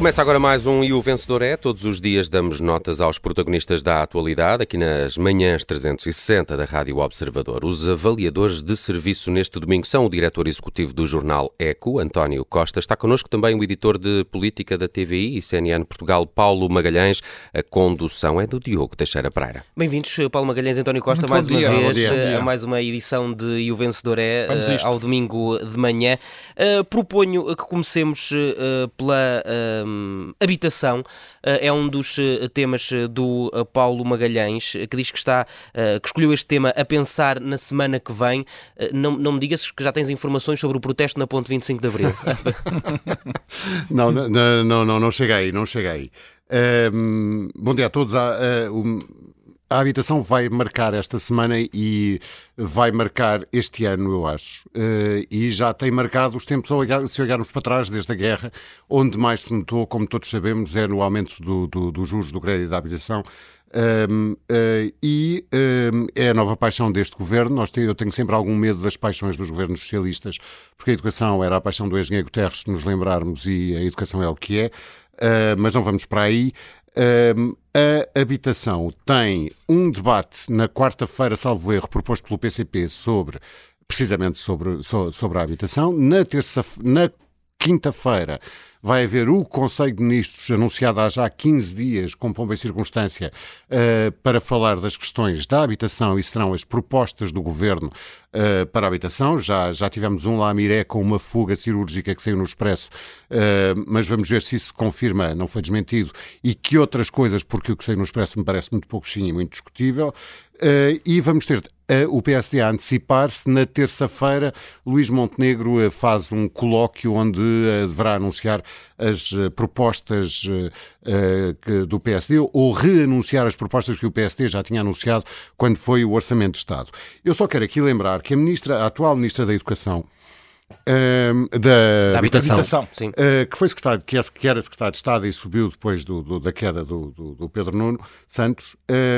Começa agora mais um E o Vencedor é. Todos os dias damos notas aos protagonistas da atualidade, aqui nas manhãs 360 da Rádio Observador. Os avaliadores de serviço neste domingo são o diretor executivo do jornal Eco, António Costa. Está connosco também o editor de política da TVI e CNN Portugal, Paulo Magalhães. A condução é do Diogo Teixeira Pereira. Bem-vindos, Paulo Magalhães, António Costa, mais uma vez a mais uma edição de E o Vencedor é, ao domingo de manhã. Proponho que comecemos pela habitação. É um dos temas do Paulo Magalhães, que diz que escolheu este tema a pensar na semana que vem. Não me digas que já tens informações sobre o protesto na Ponte 25 de Abril. Não chega aí. Bom dia a todos. A habitação vai marcar esta semana e vai marcar este ano, eu acho. E já tem marcado os tempos, se olharmos para trás, desde a guerra, onde mais se notou, como todos sabemos, é no aumento dos juros do crédito da habitação. É a nova paixão deste governo. Eu tenho sempre algum medo das paixões dos governos socialistas, porque a educação era a paixão do engenheiro Guterres, se nos lembrarmos, e a educação é o que é. Mas não vamos para aí. A habitação tem um debate na quarta-feira, salvo erro, proposto pelo PCP precisamente sobre a habitação. Na quinta-feira vai haver o Conselho de Ministros, anunciado há já 15 dias, com pompa e circunstância, para falar das questões da habitação, e serão as propostas do Governo para a habitação. Já tivemos um lá à Miré com uma fuga cirúrgica que saiu no Expresso, mas vamos ver se isso se confirma, não foi desmentido, e que outras coisas, porque o que saiu no Expresso me parece muito pouquinho e muito discutível. E vamos ter o PSD a antecipar-se. Na terça-feira, Luís Montenegro faz um colóquio onde deverá anunciar as propostas do PSD, ou reanunciar as propostas que o PSD já tinha anunciado quando foi o Orçamento de Estado. Eu só quero aqui lembrar que a atual Ministra da Educação, da Habitação, sim. Que foi que era Secretário de Estado e subiu depois da queda do Pedro Nuno Santos.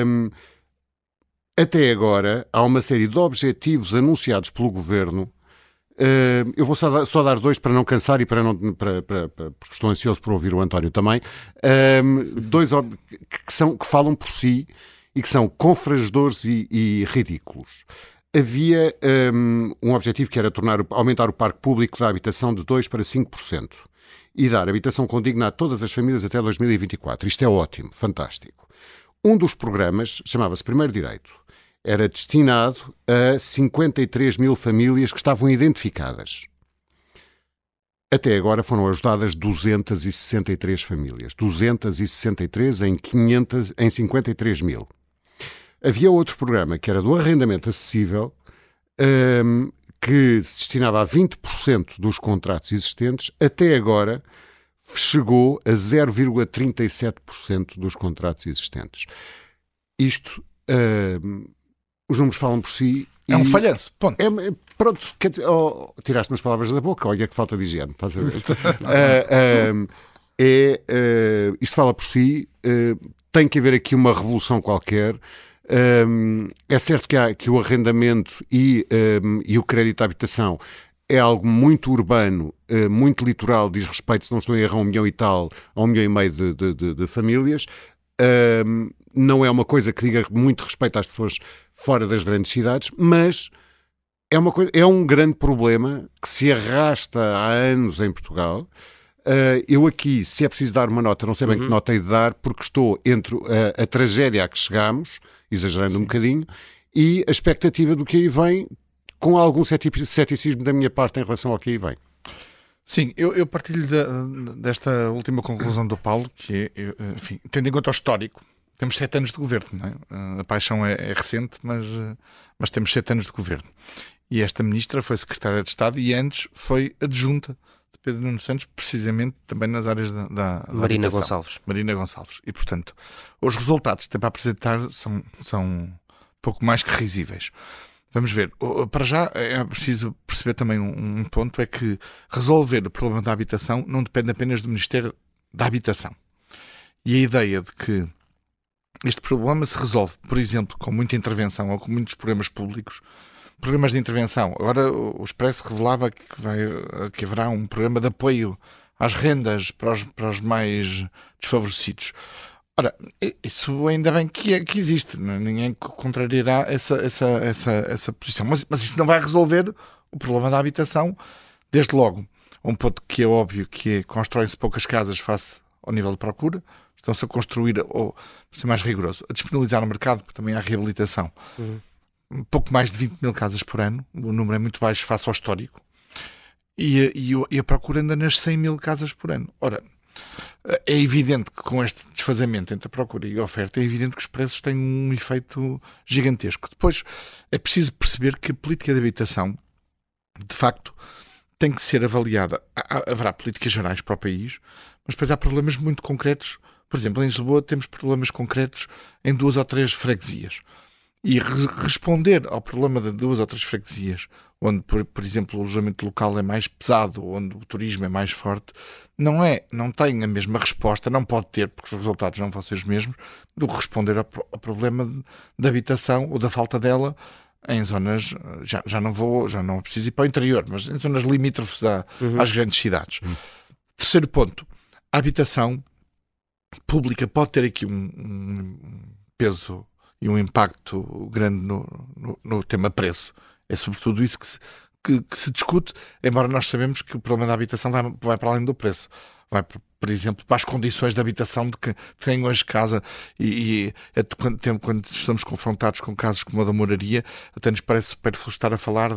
Até agora, há uma série de objetivos anunciados pelo Governo. Eu vou só dar dois para não cansar e porque estou ansioso por ouvir o António também. Dois que falam por si e que são confrangedores e ridículos. Havia um objetivo que era aumentar o parque público da habitação de 2% para 5% e dar habitação condigna a todas as famílias até 2024. Isto é ótimo, fantástico. Um dos programas chamava-se Primeiro Direito. Era destinado a 53 mil famílias que estavam identificadas. Até agora foram ajudadas 263 famílias. 263 em 53 mil. Havia outro programa que era do arrendamento acessível, que se destinava a 20% dos contratos existentes. Até agora chegou a 0,37% dos contratos existentes. Isto... os números falam por si. É um falhanço, ponto. Pronto, quer dizer, tiraste-me as palavras da boca, olha que falta de higiene, estás a ver? Isto fala por si, tem que haver aqui uma revolução qualquer. É certo que o arrendamento e o crédito à habitação é algo muito urbano, muito litoral, diz respeito, se não estou em erro, a 1 milhão e tal, a 1,5 milhão de famílias. Não é uma coisa que diga muito respeito às pessoas fora das grandes cidades, mas é um grande problema que se arrasta há anos em Portugal. Eu aqui, se é preciso dar uma nota, não sei bem que nota hei de dar, porque estou entre a tragédia a que chegámos, exagerando um bocadinho, e a expectativa do que aí vem, com algum ceticismo da minha parte em relação ao que aí vem. Sim, eu partilho desta última conclusão do Paulo, que é, enfim, tendo em conta o histórico, temos 7 anos de governo, não é? A paixão é recente, mas temos 7 anos de governo. E esta ministra foi secretária de Estado e antes foi adjunta de Pedro Nuno Santos, precisamente também nas áreas da Marina habitação. Marina Gonçalves. E, portanto, os resultados que tem para apresentar são pouco mais que risíveis. Vamos ver. Para já é preciso perceber também um ponto, é que resolver o problema da habitação não depende apenas do Ministério da Habitação. E a ideia de que este problema se resolve, por exemplo, com muita intervenção ou com muitos programas públicos, programas de intervenção. Agora o Expresso revelava que haverá um programa de apoio às rendas, para os mais desfavorecidos. Ora, isso ainda bem que existe, ninguém contrariará essa posição, mas isso não vai resolver o problema da habitação, desde logo. Um ponto que é óbvio, que é constroem-se poucas casas face ao nível de procura, estão-se a construir, ou, para ser mais rigoroso, a disponibilizar no mercado, porque também há reabilitação. Um pouco mais de 20 mil casas por ano, o número é muito baixo face ao histórico, e a procura anda nas 100 mil casas por ano. Ora, é evidente que com este desfazamento entre a procura e a oferta, é evidente que os preços têm um efeito gigantesco. Depois, é preciso perceber que a política de habitação, de facto, tem que ser avaliada. Haverá políticas gerais para o país, mas depois há problemas muito concretos. Por exemplo, em Lisboa temos problemas concretos em 2 ou 3 freguesias. E responder ao problema de 2 ou 3 freguesias, onde, por exemplo, o alojamento local é mais pesado, onde o turismo é mais forte, não tem a mesma resposta, não pode ter, porque os resultados não vão ser os mesmos, do que responder ao problema de habitação ou da falta dela em zonas, já não preciso ir para o interior, mas em zonas limítrofes às grandes cidades. Terceiro ponto, a habitação pública pode ter aqui um peso e um impacto grande no tema preço. É sobretudo isso que se discute, embora nós sabemos que o problema da habitação vai para além do preço. Vai, por exemplo, para as condições de habitação de que têm hoje casa e quando estamos confrontados com casos como a da moraria, até nos parece supérfluo estar a falar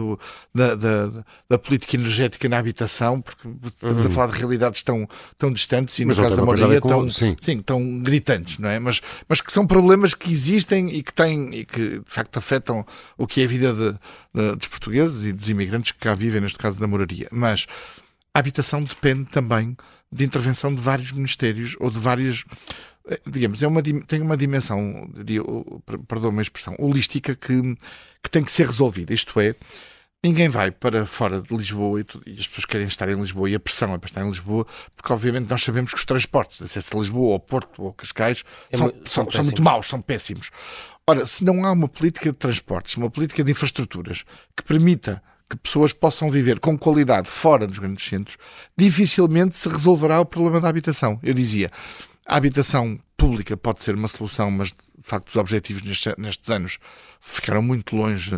da política energética na habitação, porque estamos a falar de realidades tão distantes e no caso da moraria tão gritantes, não é? Mas que são problemas que existem e que de facto afetam o que é a vida dos portugueses e dos imigrantes que cá vivem, neste caso da moraria. Mas a habitação depende também de intervenção de vários ministérios ou de várias, digamos, tem uma dimensão, perdão-me a expressão, holística que tem que ser resolvida. Isto é, ninguém vai para fora de Lisboa e as pessoas querem estar em Lisboa e a pressão é para estar em Lisboa, porque obviamente nós sabemos que os transportes de acesso a Lisboa ou Porto ou Cascais são muito maus, são péssimos. Ora, se não há uma política de transportes, uma política de infraestruturas que permita que pessoas possam viver com qualidade fora dos grandes centros, dificilmente se resolverá o problema da habitação. Eu dizia, a habitação pública pode ser uma solução, mas de facto os objetivos nestes anos ficaram muito longe,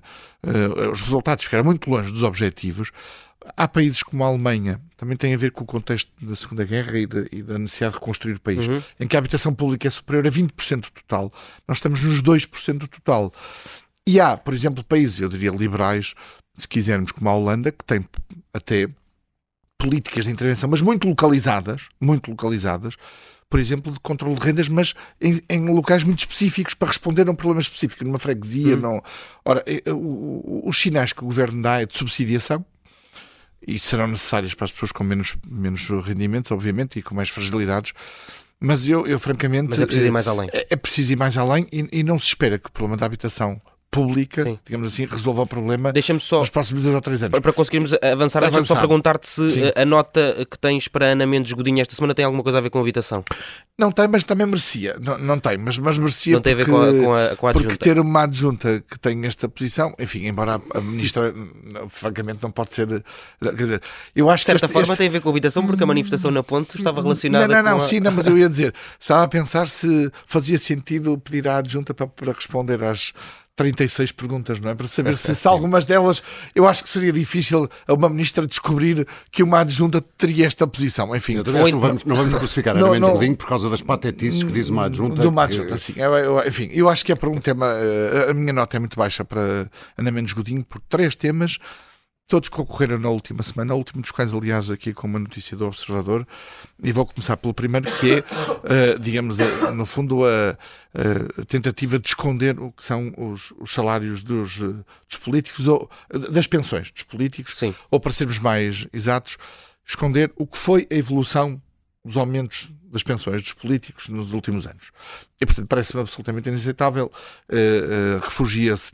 os resultados ficaram muito longe dos objetivos. Há países como a Alemanha, também tem a ver com o contexto da Segunda Guerra e da necessidade de reconstruir o país, em que a habitação pública é superior a 20% do total. Nós estamos nos 2% do total. E há, por exemplo, países, eu diria, liberais, se quisermos, como a Holanda, que tem até políticas de intervenção, mas muito localizadas, por exemplo, de controle de rendas, mas em locais muito específicos, para responder a um problema específico, numa freguesia. Ora, os sinais que o governo dá é de subsidiação, e serão necessárias para as pessoas com menos rendimentos, obviamente, e com mais fragilidades. Mas eu francamente... Mas é preciso ir mais além. É preciso ir mais além e não se espera que o problema da habitação pública, digamos assim, resolva o problema nos próximos 2 ou 3 anos. Para conseguirmos avançar. Deixa-me só perguntar-te se a nota que tens para Ana Mendes Godinho esta semana tem alguma coisa a ver com a habitação. Não tem, mas também merecia. Não tem, mas merecia. Não tem a ver com a adjunta. Porque ter uma adjunta que tem esta posição, enfim, embora a ministra, francamente, não pode ser. Quer dizer, eu acho que. De certa forma tem a ver com a habitação, porque a manifestação na Ponte estava relacionada Não, mas eu ia dizer, estava a pensar se fazia sentido pedir à adjunta para responder às 36 perguntas, não é? Para saber se algumas delas, eu acho que seria difícil a uma ministra descobrir que uma adjunta teria esta posição. Enfim, não vamos crucificar a Ana Mendes Godinho por causa das patetices que diz uma adjunta. De uma adjunta, sim. Enfim, eu acho que é para um tema. A minha nota é muito baixa para Ana Mendes Godinho por 3 temas. Todos concorreram na última semana, o último dos quais, aliás, aqui com uma notícia do Observador, e vou começar pelo primeiro, que é, digamos, no fundo, a tentativa de esconder o que são os salários dos políticos, ou das pensões dos políticos, sim. Ou, para sermos mais exatos, esconder o que foi a evolução dos aumentos das pensões dos políticos nos últimos anos. E, portanto, parece-me absolutamente inaceitável. Refugia-se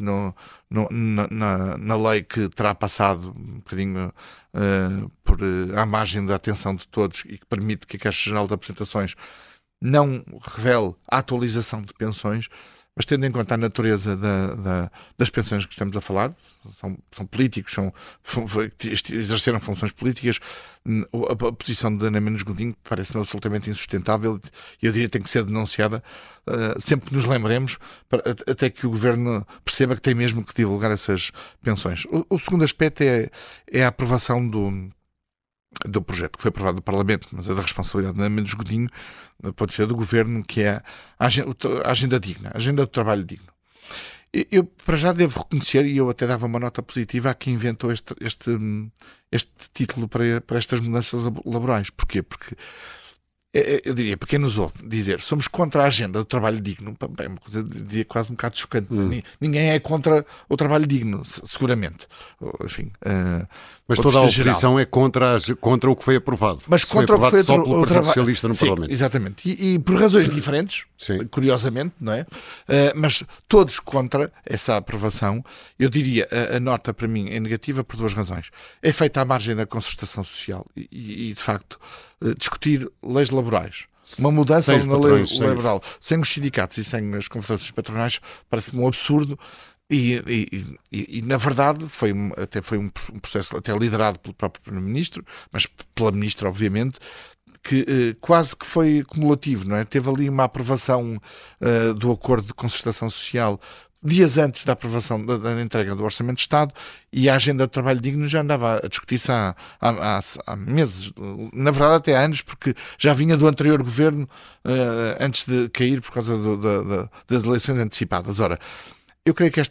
na lei que terá passado um bocadinho à margem da atenção de todos e que permite que a Caixa Geral de Apresentações não revele a atualização de pensões, mas tendo em conta a natureza das pensões que estamos a falar, são políticos, exerceram funções políticas, a posição de Ana Mendes Godinho parece-me absolutamente insustentável e eu diria que tem que ser denunciada sempre que nos lembremos, até que o Governo perceba que tem mesmo que divulgar essas pensões. O segundo aspecto é a aprovação do projeto que foi aprovado no Parlamento, mas é da responsabilidade de Ana Mendes Godinho, pode ser do Governo, que é a agenda digna, a agenda do trabalho digno. Eu, para já, devo reconhecer, e eu até dava uma nota positiva a quem inventou este título para estas mudanças laborais. Porquê? Porque, eu diria, para quem nos ouve dizer somos contra a agenda do trabalho digno, é uma coisa, diria, quase um bocado chocante. Ninguém é contra o trabalho digno, seguramente. Enfim, mas toda a oposição é contra o que foi aprovado. Mas contra o que foi só pelo Partido Socialista no Parlamento. Exatamente. E por razões diferentes, curiosamente, não é? Mas todos contra essa aprovação. Eu diria, a nota para mim é negativa por duas razões. É feita à margem da concertação social e de facto, discutir leis laborais. Uma mudança na lei laboral sem os sindicatos e sem as confederações patronais parece-me um absurdo. E na verdade foi um processo até liderado pelo próprio Primeiro-Ministro, mas pela Ministra, obviamente, que quase que foi cumulativo, não é? Teve ali uma aprovação do acordo de concertação social dias antes da aprovação da entrega do Orçamento de Estado, e a agenda de trabalho digno já andava a discutir-se há meses, na verdade até há anos, porque já vinha do anterior governo antes de cair por causa das eleições antecipadas. Ora, eu creio que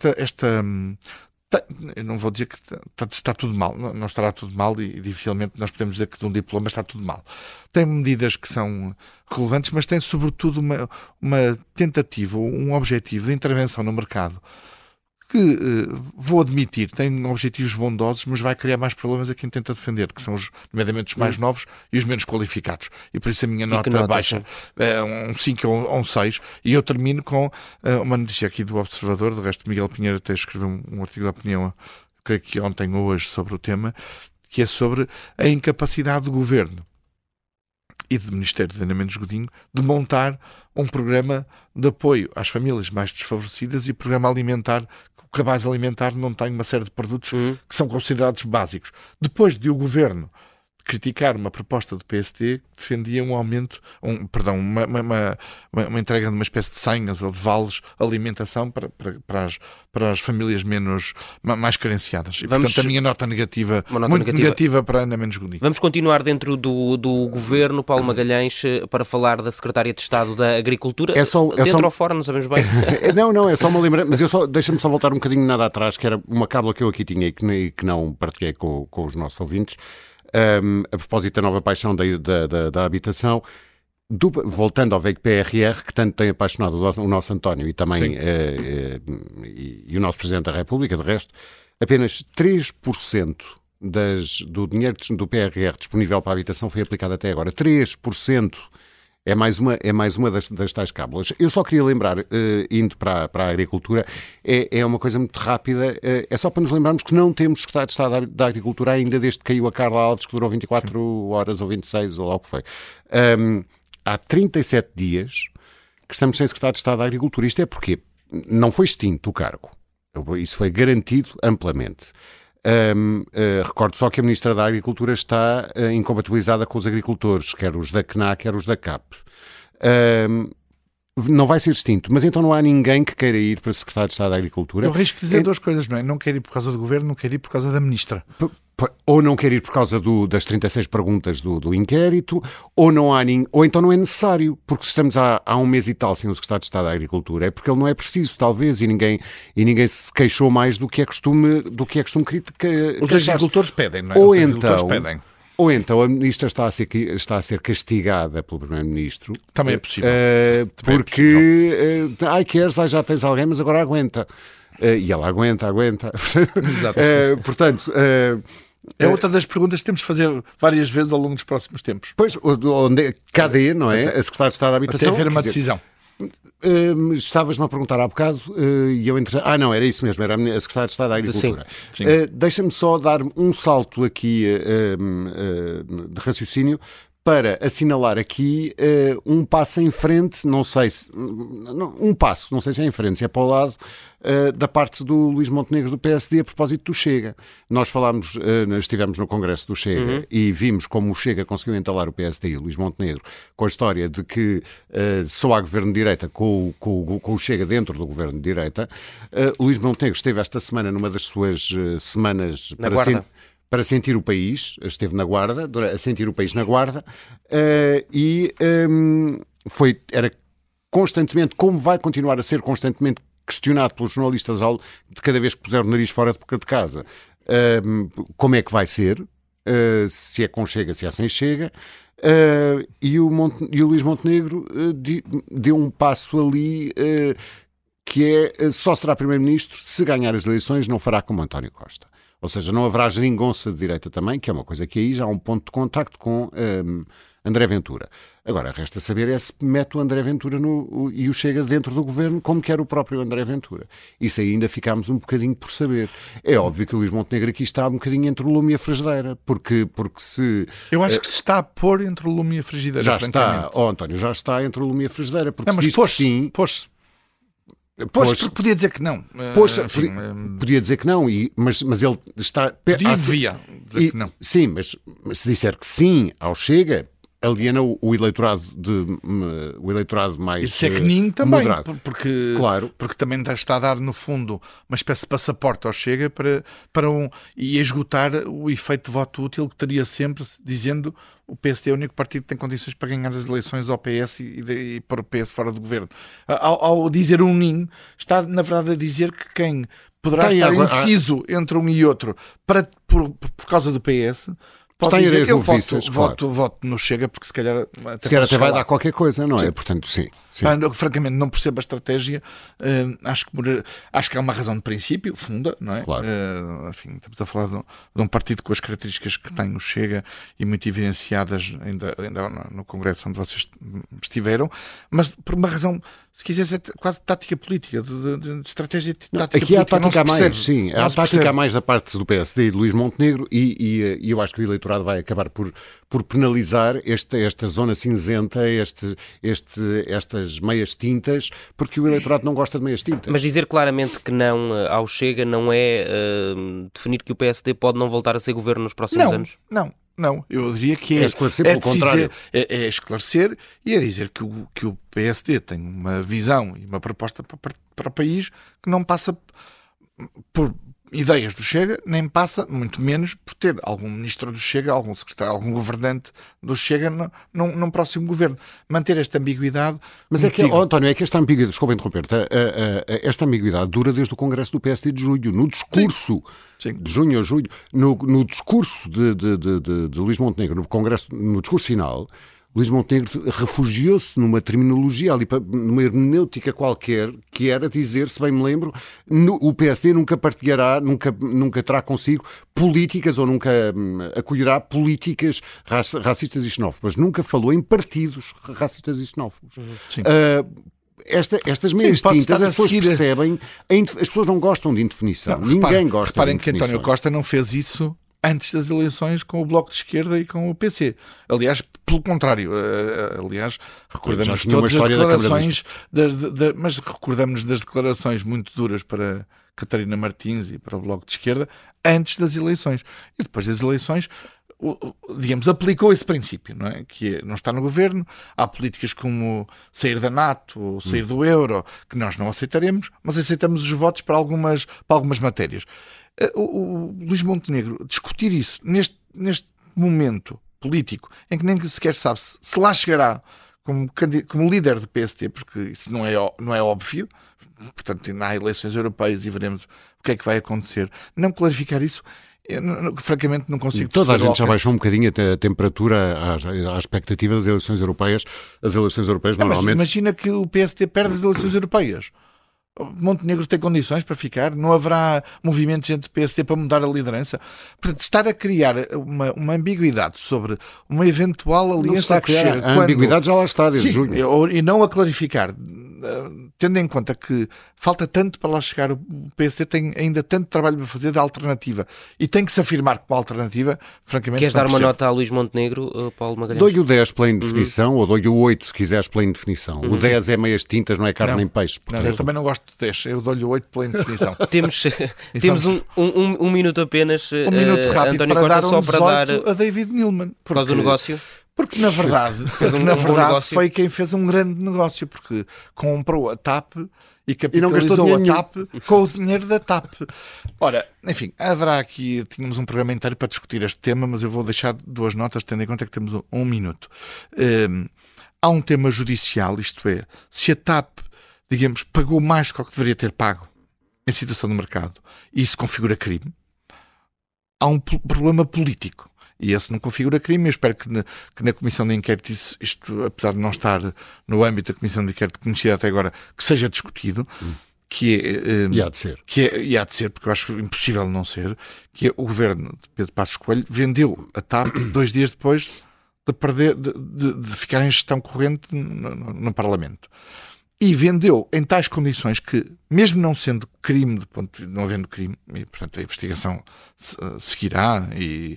eu não vou dizer que está tudo mal, não estará tudo mal, e dificilmente nós podemos dizer que de um diploma está tudo mal. Tem medidas que são relevantes, mas tem sobretudo uma tentativa, um objetivo de intervenção no mercado que, vou admitir, tem objetivos bondosos, mas vai criar mais problemas a quem tenta defender, que são nomeadamente os mais novos e os menos qualificados. E por isso a minha nota baixa um 5 ou um 6. E eu termino com uma notícia aqui do Observador. De resto, Miguel Pinheiro até escreveu um artigo de opinião, creio que ontem ou hoje, sobre o tema, que é sobre a incapacidade do Governo e do Ministério de Ana Mendes Godinho de montar um programa de apoio às famílias mais desfavorecidas e programa alimentar. O cabaz alimentar não tem uma série de produtos que são considerados básicos. Depois de o Governo criticar uma proposta do PSD que defendia um aumento, uma entrega de uma espécie de senhas ou de vales alimentação para as famílias mais carenciadas. E, portanto, a minha nota negativa, negativa para Ana Mendes Godinho. Vamos continuar dentro do Governo, Paulo Magalhães, para falar da Secretária de Estado da Agricultura. Ou fora, não sabemos bem. Não, é só uma lembrança, mas deixa-me só voltar um bocadinho nada atrás, que era uma cábula que eu aqui tinha e que não partilhei com os nossos ouvintes. A propósito da nova paixão da habitação, voltando ao veículo PRR, que tanto tem apaixonado o nosso António e também e o nosso Presidente da República, de resto, apenas 3% do dinheiro do PRR disponível para a habitação foi aplicado até agora. 3%. É mais uma das tais cábulas. Eu só queria lembrar, indo para a agricultura, é uma coisa muito rápida, é só para nos lembrarmos que não temos secretário de Estado da Agricultura ainda desde que caiu a Carla Alves, que durou 24 horas ou 26, ou lá o que foi. Há 37 dias que estamos sem secretário de Estado da Agricultura. Isto é porque não foi extinto o cargo. Isso foi garantido amplamente. Recordo só que a Ministra da Agricultura está incompatibilizada com os agricultores, quer os da CNA, quer os da CAP. Não vai ser extinto, mas então não há ninguém que queira ir para Secretário de Estado da Agricultura. Eu risco de dizer duas coisas, não é? Não quer ir por causa do Governo, não quer ir por causa da Ministra. Ou não quer ir por causa das 36 perguntas do inquérito, ou então não é necessário, porque se estamos há um mês e tal sem o Secretário de Estado da Agricultura, é porque ele não é preciso, talvez, e ninguém se queixou mais do que é costume criticar. Os agricultores pedem, não é? Ou então a Ministra está a ser castigada pelo Primeiro-Ministro. Também é possível. Porque já tens alguém, mas agora aguenta. E ela aguenta. Exato. Portanto... é outra das perguntas que temos de fazer várias vezes ao longo dos próximos tempos. Pois, cadê, não é? A Secretária de Estado da Habitação. Até haver uma decisão. Estavas-me a perguntar há bocado e eu entrei... não, era isso mesmo, era a Secretária de Estado da Agricultura. Sim. Deixa-me só dar um salto aqui de raciocínio para assinalar aqui um passo em frente, não sei se é em frente, se é para o lado da parte do Luís Montenegro do PSD a propósito do Chega. Nós estivemos no Congresso do Chega e vimos como o Chega conseguiu entalar o PSD e o Luís Montenegro com a história de que só há governo de direita com o Chega dentro do governo de direita. Luís Montenegro esteve esta semana numa das suas semanas para sentir o país, esteve na Guarda, a sentir o país na Guarda, era constantemente, como vai continuar a ser constantemente questionado pelos jornalistas de cada vez que puser o nariz fora de boca de casa, como é que vai ser, se é com Chega, se é sem Chega, e o Luís Montenegro deu um passo ali que só será Primeiro-Ministro se ganhar as eleições, não fará como António Costa. Ou seja, não haverá geringonça de direita também, que é uma coisa que aí já há um ponto de contacto com André Ventura. Agora, resta saber se mete o André Ventura e o Chega dentro do governo, como quer o próprio André Ventura. Isso aí ainda ficámos um bocadinho por saber. É óbvio que o Luís Montenegro aqui está um bocadinho entre o lume e a frigideira, porque se... Eu acho que se está a pôr entre o lume e a frigideira, já está, António, já está entre o lume e a frigideira, porque não, se diz que sim... Podia dizer que não. Podia dizer que não, mas ele está... Devia dizer que não. Sim, mas se disser que sim ao Chega, aliena o eleitorado mais isso é que nem também, moderado. Porque também está a dar, no fundo, uma espécie de passaporte ao Chega e esgotar o efeito de voto útil que teria sempre, dizendo o PSD é o único partido que tem condições para ganhar as eleições ao PS e pôr o PS fora do governo. Ao dizer um NIN, está na verdade a dizer que quem poderá estar indeciso entre um e outro por causa do PS... Pode dizer que eu voto no Chega, porque se calhar até vai dar qualquer coisa, não é? Sim. Portanto, sim. Francamente, não percebo a estratégia. Acho que há uma razão de princípio, funda, não é? Claro. Enfim, estamos a falar de um partido com as características que tem o Chega e muito evidenciadas ainda no Congresso onde vocês estiveram, mas por uma razão, se quiseres, quase tática política, de estratégia tática política. Aqui há tática a mais, sim. Há tática a mais da parte do PSD e do Luís Montenegro e eu acho que o eleitorado vai acabar por penalizar esta zona cinzenta, estas meias tintas, porque o eleitorado não gosta de meias tintas. Mas dizer claramente que não ao Chega não é definir que o PSD pode não voltar a ser governo nos próximos anos? Não, eu diria que é esclarecer pelo contrário. É esclarecer e é dizer que o PSD tem uma visão e uma proposta para o país que não passa por ideias do Chega, nem passa, muito menos, por ter algum ministro do Chega, algum secretário, algum governante do Chega num próximo governo. Manter esta ambiguidade... Mas António, é que esta ambiguidade, desculpa interromper-te, esta ambiguidade dura desde o Congresso do PSD de julho. No discurso, sim. De junho a julho, no discurso de Luís Montenegro, no discurso final... Luís Montenegro refugiou-se numa terminologia ali, numa hermenêutica qualquer, que era dizer, se bem me lembro, o PSD nunca partilhará, nunca terá consigo políticas ou nunca acolherá políticas racistas e xenófobas. Nunca falou em partidos racistas e xenófobos. Estas meias tintas, as pessoas percebem, as pessoas não gostam de indefinição. Ninguém gosta de indefinição. Reparem que António Costa não fez isso antes das eleições com o Bloco de Esquerda e com o PC. Aliás, pelo contrário, recordamos todas as declarações, mas recordamos das declarações muito duras para Catarina Martins e para o Bloco de Esquerda antes das eleições. E depois das eleições, digamos, aplicou esse princípio, não é? Que não está no governo, há políticas como sair da NATO ou sair do euro, que nós não aceitaremos, mas aceitamos os votos para algumas matérias. O Luís Montenegro discutir isso neste momento político em que nem sequer sabe se lá chegará como líder do PSD, porque isso não é óbvio, portanto há eleições europeias e veremos o que é que vai acontecer. Não clarificar isso, francamente não consigo perceber. Toda a gente já baixou um bocadinho a temperatura à expectativa das eleições europeias. As eleições europeias normalmente... Mas imagina que o PSD perde as eleições europeias. Montenegro tem condições para ficar? Não haverá movimentos entre o PSD para mudar a liderança? Portanto, estar a criar uma ambiguidade sobre uma eventual aliança com o Chega. A ambiguidade já lá está desde junho. E não a clarificar, tendo em conta que falta tanto para lá chegar, o PSD tem ainda tanto trabalho para fazer da alternativa e tem que se afirmar como alternativa, francamente. Queres dar uma nota a Luís Montenegro, Paulo Magalhães? Dou-lhe o 10 pela indefinição, ou dou-lhe o 8 se quiseres pela indefinição. O 10 é meias tintas, não é carne nem peixe. Não, eu também não gosto de 10, eu dou-lhe o 8 pela indefinição. Temos um minuto apenas, um minuto rápido, António para Costa, dar só para dar a David Nilman. Por causa do negócio? Porque, na verdade, foi quem fez um grande negócio, porque comprou a TAP e capitalizou a TAP com o dinheiro da TAP. Ora, enfim, haverá aqui, tínhamos um programa inteiro para discutir este tema, mas eu vou deixar 2 notas, tendo em conta que temos 1 minuto. Há um tema judicial, isto é, se a TAP, digamos, pagou mais do que deveria ter pago em situação de mercado, e isso configura crime, há um problema político. E esse não configura crime. Eu espero que na Comissão de Inquérito, isto, apesar de não estar no âmbito da Comissão de Inquérito conhecida até agora, que seja discutido, e há de ser. E há de ser, porque eu acho impossível não ser, que o governo de Pedro Passos Coelho vendeu a TAP 2 dias depois de ficar em gestão corrente no Parlamento. E vendeu em tais condições que, mesmo não sendo crime, não havendo crime, e portanto a investigação seguirá e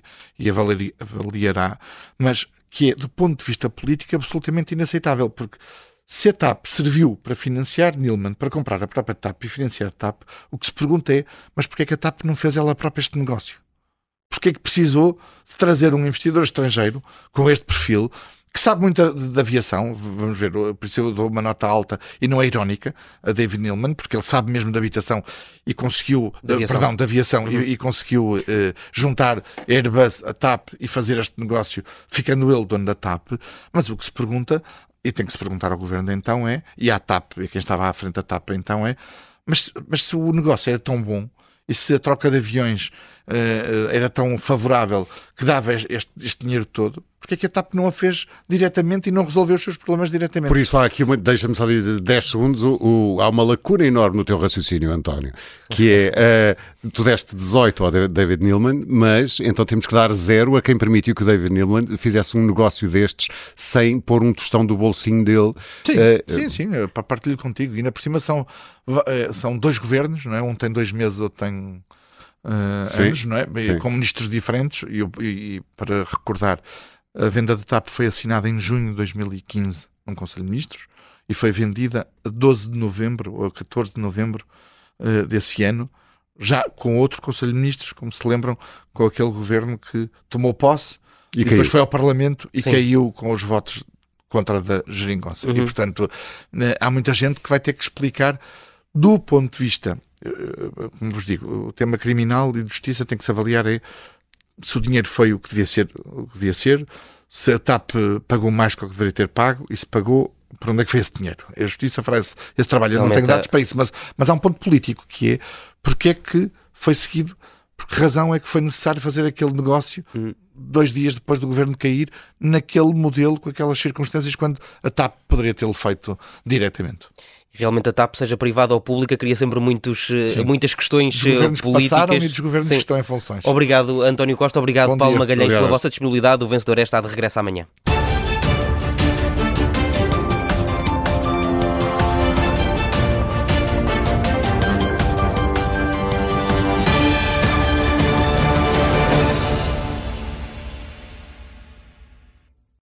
avaliará, mas que é, do ponto de vista político, absolutamente inaceitável, porque se a TAP serviu para financiar Nilman, para comprar a própria TAP e financiar a TAP, o que se pergunta é, mas porquê é que a TAP não fez ela própria este negócio? Porquê é que precisou de trazer um investidor estrangeiro com este perfil, que sabe muito de aviação? Vamos ver, por isso eu dou uma nota alta e não é irónica, a David Nilman, porque ele sabe mesmo de habitação e conseguiu, de aviação, e conseguiu juntar a Airbus, a TAP e fazer este negócio, ficando ele dono da TAP. Mas o que se pergunta, e tem que se perguntar ao governo então e à TAP, e quem estava à frente da TAP então mas se o negócio era tão bom, e se a troca de aviões era tão favorável que dava este dinheiro todo, porque é que a TAP não a fez diretamente e não resolveu os seus problemas diretamente? Por isso há aqui deixa-me só dizer 10 segundos, há uma lacuna enorme no teu raciocínio, António, que é, tu deste 18 ao David Nilman, mas então temos que dar 0 a quem permitiu que o David Nilman fizesse um negócio destes sem pôr um tostão do bolsinho dele. Sim, partilho contigo, e ainda por cima são 2 governos, não é? Um tem 2 meses, outro tem anos, não é? Com ministros diferentes, e para recordar, a venda da TAP foi assinada em junho de 2015 num Conselho de Ministros e foi vendida a 12 de novembro ou a 14 de novembro desse ano, já com outro Conselho de Ministros, como se lembram, com aquele governo que tomou posse e depois foi ao Parlamento e caiu com os votos contra da geringonça. E, portanto, há muita gente que vai ter que explicar do ponto de vista, como vos digo, o tema criminal e de justiça tem que se avaliar se o dinheiro foi o que devia ser, se a TAP pagou mais do que deveria ter pago e se pagou, para onde é que foi esse dinheiro? A justiça fará esse trabalho. Eu não tenho dados para isso, mas há um ponto político que é porque é que foi seguido, por que razão é que foi necessário fazer aquele negócio 2 dias depois do governo cair, naquele modelo, com aquelas circunstâncias, quando a TAP poderia tê-lo feito diretamente. Realmente a TAP, seja privada ou pública, cria sempre muitas questões dos governos políticas. Que passaram e dos governos que estão em funções. Obrigado, António Costa. Obrigado, Paulo Magalhães, pela vossa disponibilidade. O Vencedor está de regresso amanhã.